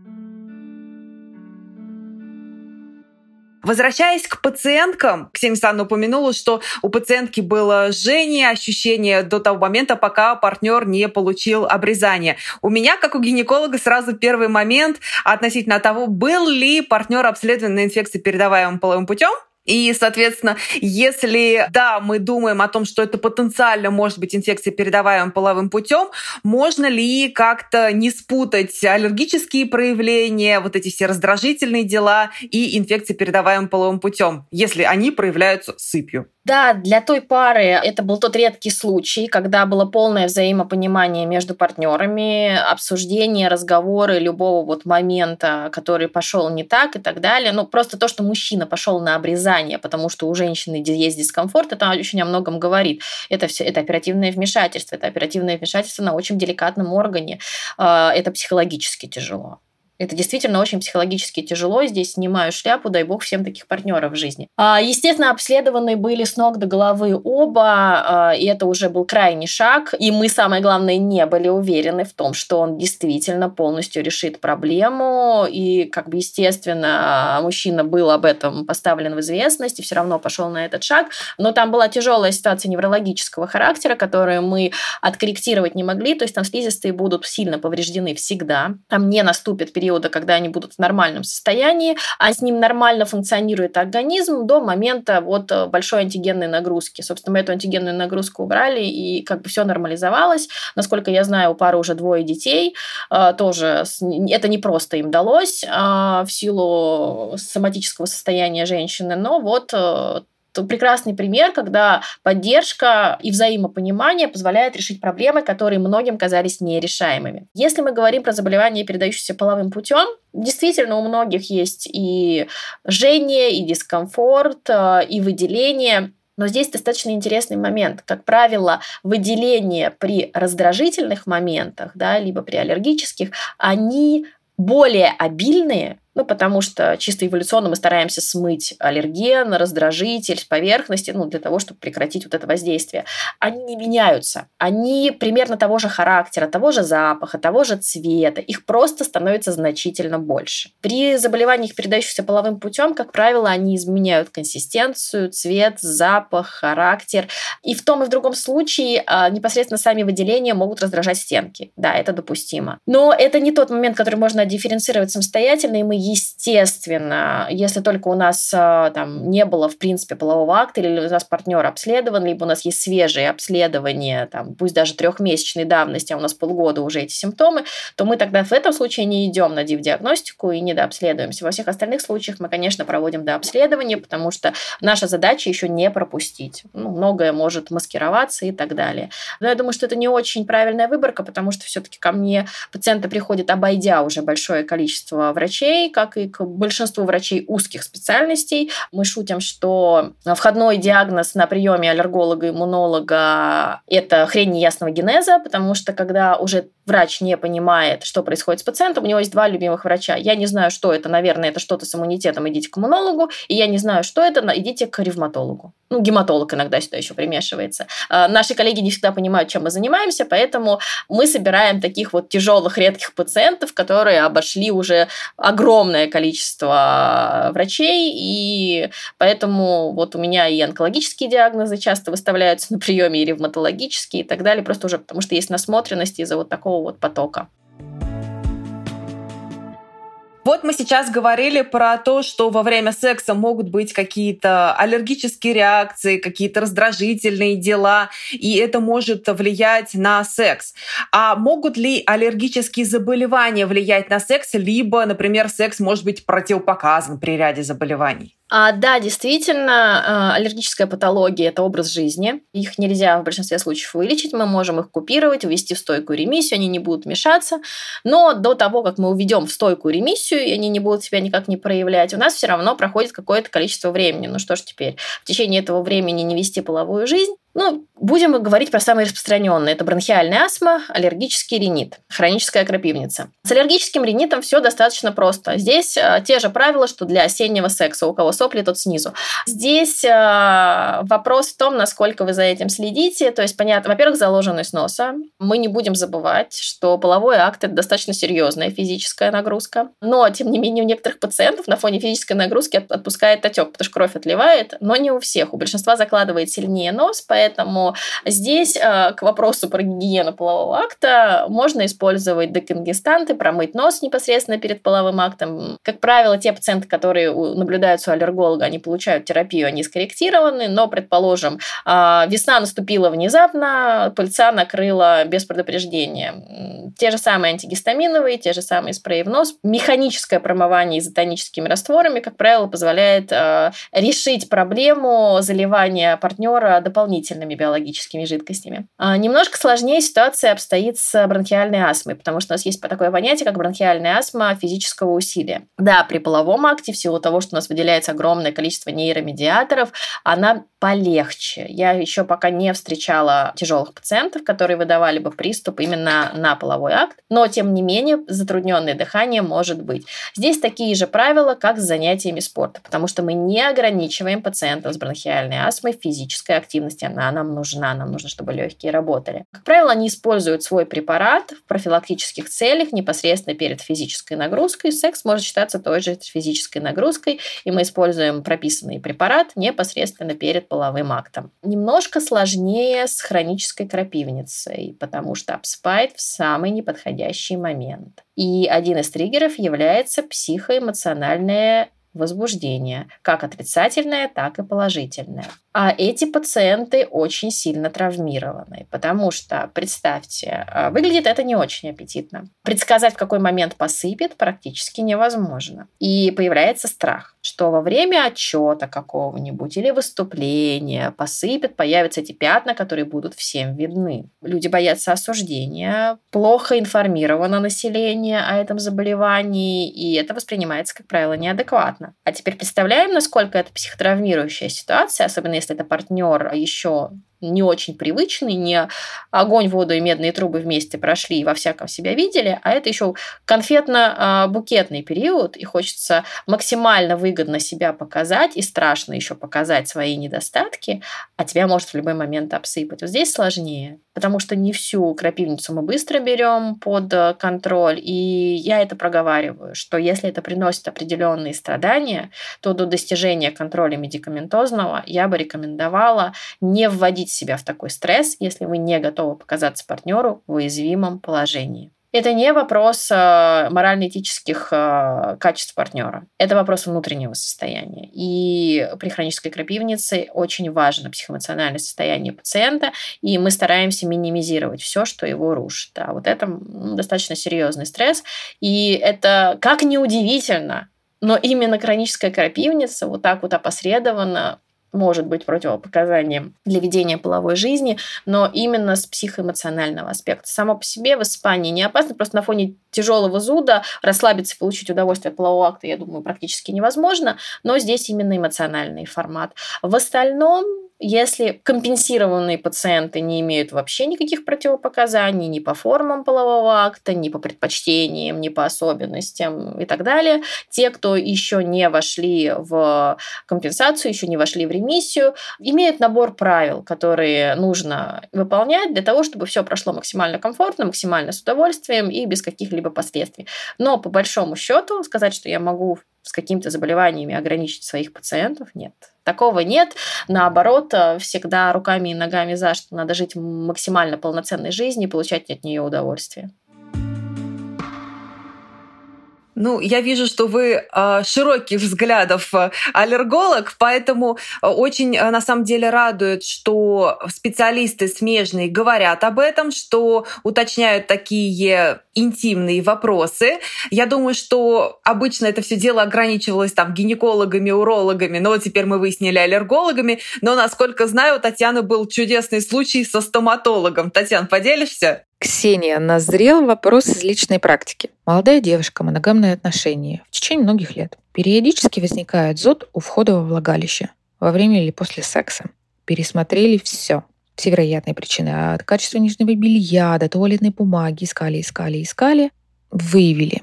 Возвращаясь к пациенткам, Ксения Александровна упомянула, что у пациентки было жжение, ощущение до того момента, пока партнер не получил обрезание. У меня, как у гинеколога, сразу первый момент относительно того, был ли партнер обследован на инфекции, передаваемым половым путем. И, соответственно, если, да, мы думаем о том, что это потенциально может быть инфекция, передаваемая половым путем, можно ли как-то не спутать аллергические проявления, вот эти все раздражительные дела и инфекции, передаваемые половым путем, если они проявляются сыпью? Да, для той пары это был тот редкий случай, когда было полное взаимопонимание между партнерами, обсуждение, разговоры любого вот момента, который пошел не так и так далее. Ну, просто то, что мужчина пошел на обрезание, потому что у женщины есть дискомфорт, это очень о многом говорит. Это все, это оперативное вмешательство на очень деликатном органе. Это психологически тяжело. Это действительно очень психологически тяжело. Здесь снимаю шляпу, дай бог всем таких партнеров в жизни. Естественно, обследованы были с ног до головы оба, и это уже был крайний шаг. И мы, самое главное, не были уверены в том, что он действительно полностью решит проблему. И, как бы, естественно, мужчина был об этом поставлен в известность и все равно пошел на этот шаг. Но там была тяжелая ситуация неврологического характера, которую мы откорректировать не могли. То есть там слизистые будут сильно повреждены всегда. Там не наступит периода, когда они будут в нормальном состоянии, а с ним нормально функционирует организм до момента вот большой антигенной нагрузки. Собственно, мы эту антигенную нагрузку убрали, и как бы все нормализовалось. Насколько я знаю, у пары уже 2 детей. Тоже это не просто им далось в силу соматического состояния женщины, но вот прекрасный пример, когда поддержка и взаимопонимание позволяют решить проблемы, которые многим казались нерешаемыми. Если мы говорим про заболевания, передающиеся половым путем, действительно у многих есть и жжение, и дискомфорт, и выделение. Но здесь достаточно интересный момент. Как правило, выделения при раздражительных моментах, да, либо при аллергических, они более обильные, потому что чисто эволюционно мы стараемся смыть аллерген, раздражитель с поверхности, для того, чтобы прекратить вот это воздействие. Они не меняются. Они примерно того же характера, того же запаха, того же цвета. Их просто становится значительно больше. При заболеваниях, передающихся половым путем, как правило, они изменяют консистенцию, цвет, запах, характер. И в том и в другом случае непосредственно сами выделения могут раздражать стенки. Да, это допустимо. Но это не тот момент, который можно дифференцировать самостоятельно, и мы, естественно, если только у нас не было, в принципе, полового акта, или у нас партнер обследован, либо у нас есть свежие обследования, пусть даже 3-месячной давности, а у нас полгода уже эти симптомы, то мы тогда в этом случае не идем на диагностику и не дообследуемся. Во всех остальных случаях мы, конечно, проводим дообследование, потому что наша задача еще не пропустить. Многое может маскироваться и так далее. Но я думаю, что это не очень правильная выборка, потому что все-таки ко мне пациенты приходят, обойдя уже большое количество врачей, как и к большинству врачей узких специальностей. Мы шутим, что входной диагноз на приеме аллерголога-иммунолога – это хрень неясного генеза, потому что когда уже врач не понимает, что происходит с пациентом, у него есть 2 любимых врача. Я не знаю, что это, наверное, это что-то с иммунитетом, идите к иммунологу, и я не знаю, что это, идите к ревматологу. Гематолог иногда сюда еще примешивается. Наши коллеги не всегда понимают, чем мы занимаемся, поэтому мы собираем таких вот тяжелых, редких пациентов, которые обошли уже огромное количество врачей, и поэтому вот у меня и онкологические диагнозы часто выставляются на приеме, и ревматологические, и так далее, просто уже потому что есть насмотренность из-за вот такого вот потока. Вот мы сейчас говорили про то, что во время секса могут быть какие-то аллергические реакции, какие-то раздражительные дела, и это может влиять на секс. А могут ли аллергические заболевания влиять на секс, либо, например, секс может быть противопоказан при ряде заболеваний? Да, действительно, аллергическая патология – это образ жизни. Их нельзя в большинстве случаев вылечить. Мы можем их купировать, ввести в стойкую ремиссию, они не будут мешаться. Но до того, как мы уведем в стойкую ремиссию, и они не будут себя никак не проявлять, у нас все равно проходит какое-то количество времени. Ну что ж теперь, в течение этого времени не вести половую жизнь? Будем говорить про самые распространенные. Это бронхиальная астма, аллергический ринит, хроническая крапивница. С аллергическим ринитом все достаточно просто. Здесь те же правила, что для осеннего секса. У кого сопли, тот снизу. Здесь вопрос в том, насколько вы за этим следите. То есть, понятно, во-первых, заложенность носа. Мы не будем забывать, что половой акт – это достаточно серьезная физическая нагрузка. Но, тем не менее, у некоторых пациентов на фоне физической нагрузки отпускает отек, потому что кровь отливает, но не у всех. У большинства закладывает сильнее нос, поэтому здесь к вопросу про гигиену полового акта можно использовать деконгестанты, промыть нос непосредственно перед половым актом. Как правило, те пациенты, которые наблюдаются у аллерголога, они получают терапию, они скорректированы, но, предположим, весна наступила внезапно, пыльца накрыла без предупреждения. Те же самые антигистаминовые, те же самые спреи в нос. Механическое промывание изотоническими растворами, как правило, позволяет решить проблему заливания партнера дополнительными биологическими жидкостями. Немножко сложнее ситуация обстоит с бронхиальной астмой, потому что у нас есть такое понятие, как бронхиальная астма физического усилия. Да, при половом акте, в силу того, что у нас выделяется огромное количество нейромедиаторов, она полегче. Я еще пока не встречала тяжелых пациентов, которые выдавали бы приступ именно на половой акт, но, тем не менее, затрудненное дыхание может быть. Здесь такие же правила, как с занятиями спорта, потому что мы не ограничиваем пациентов с бронхиальной астмой физической активности. Она нам нужно, чтобы легкие работали. Как правило, они используют свой препарат в профилактических целях непосредственно перед физической нагрузкой. Секс может считаться той же физической нагрузкой, и мы используем прописанный препарат непосредственно перед половым актом. Немножко сложнее с хронической крапивницей, потому что обспает в самый неподходящий момент. И один из триггеров является психоэмоциональное возбуждение, как отрицательное, так и положительное. А эти пациенты очень сильно травмированы, потому что, представьте, выглядит это не очень аппетитно. Предсказать, в какой момент посыпет, практически невозможно. И появляется страх, что во время отчета какого-нибудь или выступления посыпет, появятся эти пятна, которые будут всем видны. Люди боятся осуждения, плохо информировано население о этом заболевании, и это воспринимается, как правило, неадекватно. А теперь представляем, насколько это психотравмирующая ситуация, особенно если это партнер еще не очень привычный, не огонь, воду и медные трубы вместе прошли и во всяком себя видели, а это еще конфетно-букетный период, и хочется максимально выгодно себя показать, и страшно еще показать свои недостатки, а тебя может в любой момент обсыпать. Вот здесь сложнее, потому что не всю крапивницу мы быстро берем под контроль, и я это проговариваю, что если это приносит определенные страдания, то до достижения контроля медикаментозного я бы рекомендовала не вводить себя в такой стресс, если вы не готовы показаться партнеру в уязвимом положении. Это не вопрос морально-этических качеств партнера. Это вопрос внутреннего состояния. И при хронической крапивнице очень важно психоэмоциональное состояние пациента, и мы стараемся минимизировать все, что его рушит. А вот это достаточно серьезный стресс. И это, как ни удивительно, но именно хроническая крапивница вот так вот опосредованно может быть противопоказанием для ведения половой жизни, но именно с психоэмоционального аспекта. Само по себе в Испании не опасно, просто на фоне тяжелого зуда расслабиться и получить удовольствие от полового акта, я думаю, практически невозможно, но здесь именно эмоциональный формат. В остальном, если компенсированные пациенты не имеют вообще никаких противопоказаний ни по формам полового акта, ни по предпочтениям, ни по особенностям и так далее, те, кто еще не вошли в компенсацию, еще не вошли в ремиссию, имеют набор правил, которые нужно выполнять для того, чтобы все прошло максимально комфортно, максимально с удовольствием и без каких-либо последствий. Но по большому счету сказать, что я могу с какими-то заболеваниями ограничить своих пациентов, нет. Такого нет. Наоборот, всегда руками и ногами за, что надо жить максимально полноценной жизнью и получать от нее удовольствие. Я вижу, что вы широких взглядов аллерголог, поэтому очень, на самом деле, радует, что специалисты смежные говорят об этом, что уточняют такие интимные вопросы. Я думаю, что обычно это все дело ограничивалось гинекологами, урологами, но вот теперь мы выяснили аллергологами. Но, насколько знаю, у Татьяны был чудесный случай со стоматологом. Татьяна, поделишься? Ксения, назрел вопрос из личной практики. Молодая девушка, моногамные отношения в течение многих лет. Периодически возникает зуд у входа во влагалище во время или после секса. Пересмотрели все вероятные причины. От качества нижнего белья до туалетной бумаги искали. Выявили,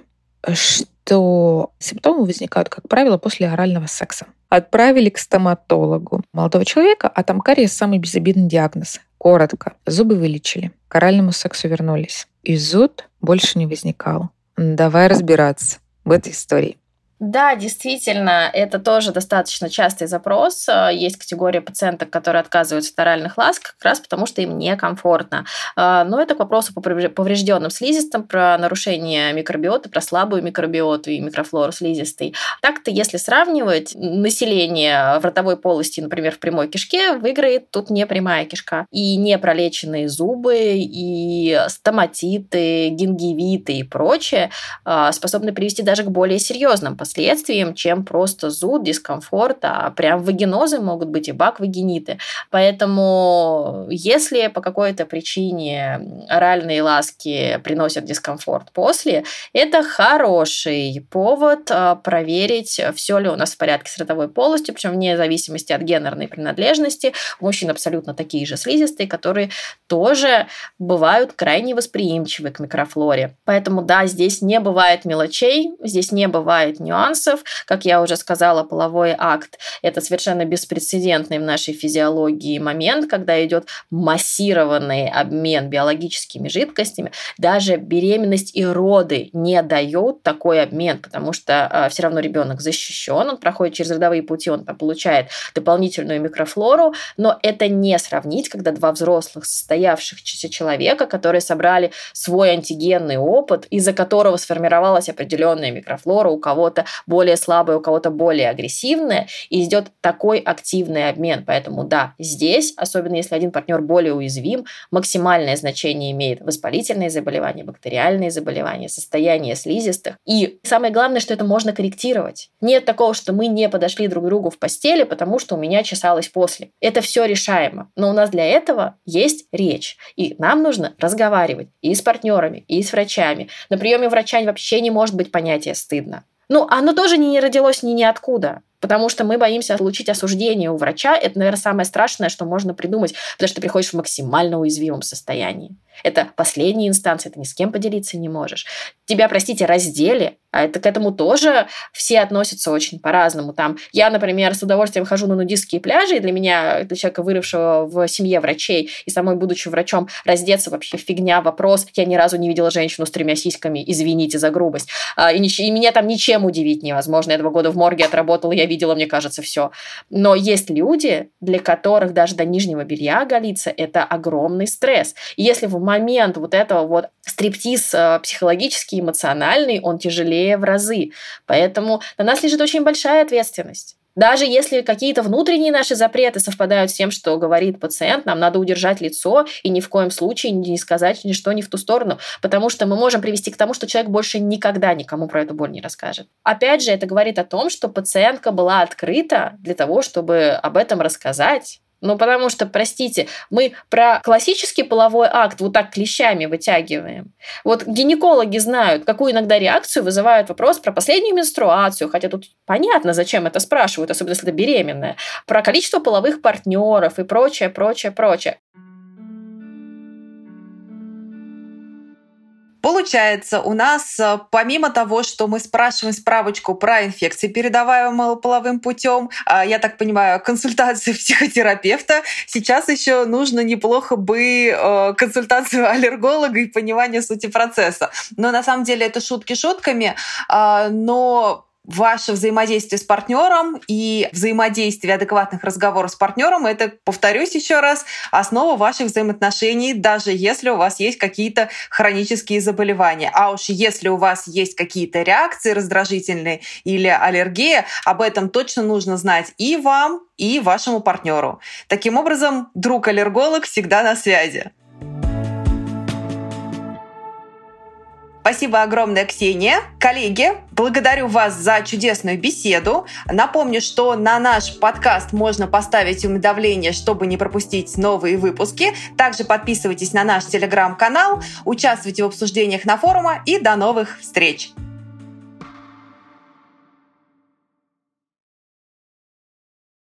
что симптомы возникают, как правило, после орального секса. Отправили к стоматологу молодого человека, а там кариес самый безобидный диагноз. Коротко. Зубы вылечили. К оральному сексу вернулись. И зуд больше не возникал. Давай разбираться в этой истории. Да, действительно, это тоже достаточно частый запрос. Есть категория пациенток, которые отказываются от оральных ласк, как раз потому, что им некомфортно. Но это к вопросу по поврежденным слизистым, про нарушение микробиоты, про слабую микробиоту и микрофлору слизистой. Так-то, если сравнивать, население в ротовой полости, например, в прямой кишке, выиграет тут не прямая кишка. И непролеченные зубы, и стоматиты, гингивиты и прочее способны привести даже к более серьезным последствиям, чем просто зуд, дискомфорт, а прям вагинозы могут быть и баквагиниты. Поэтому если по какой-то причине оральные ласки приносят дискомфорт после, это хороший повод проверить, все ли у нас в порядке с ротовой полостью, причем вне зависимости от гендерной принадлежности. У мужчин абсолютно такие же слизистые, которые тоже бывают крайне восприимчивы к микрофлоре. Поэтому да, здесь не бывает мелочей, здесь не бывает нюансов. Как я уже сказала, половой акт – это совершенно беспрецедентный в нашей физиологии момент, когда идет массированный обмен биологическими жидкостями. Даже беременность и роды не дают такой обмен, потому что все равно ребенок защищен, он проходит через родовые пути, он там получает дополнительную микрофлору, но это не сравнить, когда два взрослых состоявшихся человека, которые собрали свой антигенный опыт, из-за которого сформировалась определенная микрофлора, у кого-то более слабая, у кого-то более агрессивная, и идет такой активный обмен. Поэтому да, здесь, особенно если один партнер более уязвим, максимальное значение имеет воспалительные заболевания, бактериальные заболевания, состояние слизистых. И самое главное, что это можно корректировать. Нет такого, что мы не подошли друг к другу в постели, потому что у меня чесалось после. Это все решаемо. Но у нас для этого есть речь. И нам нужно разговаривать и с партнерами, и с врачами. На приеме врача вообще не может быть понятия «стыдно». Оно тоже не родилось ни ниоткуда, потому что мы боимся получить осуждение у врача. Это, наверное, самое страшное, что можно придумать, потому что ты приходишь в максимально уязвимом состоянии. Это последняя инстанция, ты ни с кем поделиться не можешь. Тебя, простите, раздели, а это к этому тоже все относятся очень по-разному. Там я, например, с удовольствием хожу на нудистские пляжи, и для меня, для человека, выросшего в семье врачей, и самой будучи врачом, раздеться вообще фигня, вопрос. Я ни разу не видела женщину с 3 сиськами, извините за грубость. И меня там ничем удивить невозможно. Я 2 года в морге отработала, я видела, мне кажется, все. Но есть люди, для которых даже до нижнего белья оголиться – это огромный стресс. И если в момент вот этого вот стриптиз психологический, эмоциональный, он тяжелее в разы. Поэтому на нас лежит очень большая ответственность. Даже если какие-то внутренние наши запреты совпадают с тем, что говорит пациент, нам надо удержать лицо и ни в коем случае не сказать ничто не в ту сторону, потому что мы можем привести к тому, что человек больше никогда никому про эту боль не расскажет. Опять же, это говорит о том, что пациентка была открыта для того, чтобы об этом рассказать. Потому что, простите, мы про классический половой акт вот так клещами вытягиваем. Вот гинекологи знают, какую иногда реакцию вызывает вопрос про последнюю менструацию, хотя тут понятно, зачем это спрашивают, особенно если это беременная, про количество половых партнеров и прочее. Получается, у нас помимо того, что мы спрашиваем справочку про инфекции, передаваемые половым путем, я так понимаю, консультацию психотерапевта, сейчас еще нужно неплохо бы консультацию аллерголога и понимание сути процесса. Но на самом деле это шутки шутками, но ваше взаимодействие с партнером и взаимодействие адекватных разговоров с партнером — это, повторюсь еще раз, основа ваших взаимоотношений, даже если у вас есть какие-то хронические заболевания. А уж если у вас есть какие-то реакции раздражительные или аллергия, об этом точно нужно знать и вам, и вашему партнеру. Таким образом, друг-аллерголог всегда на связи. Спасибо огромное, Ксения. Коллеги, благодарю вас за чудесную беседу. Напомню, что на наш подкаст можно поставить уведомление, чтобы не пропустить новые выпуски. Также подписывайтесь на наш телеграм-канал, участвуйте в обсуждениях на форуме и до новых встреч!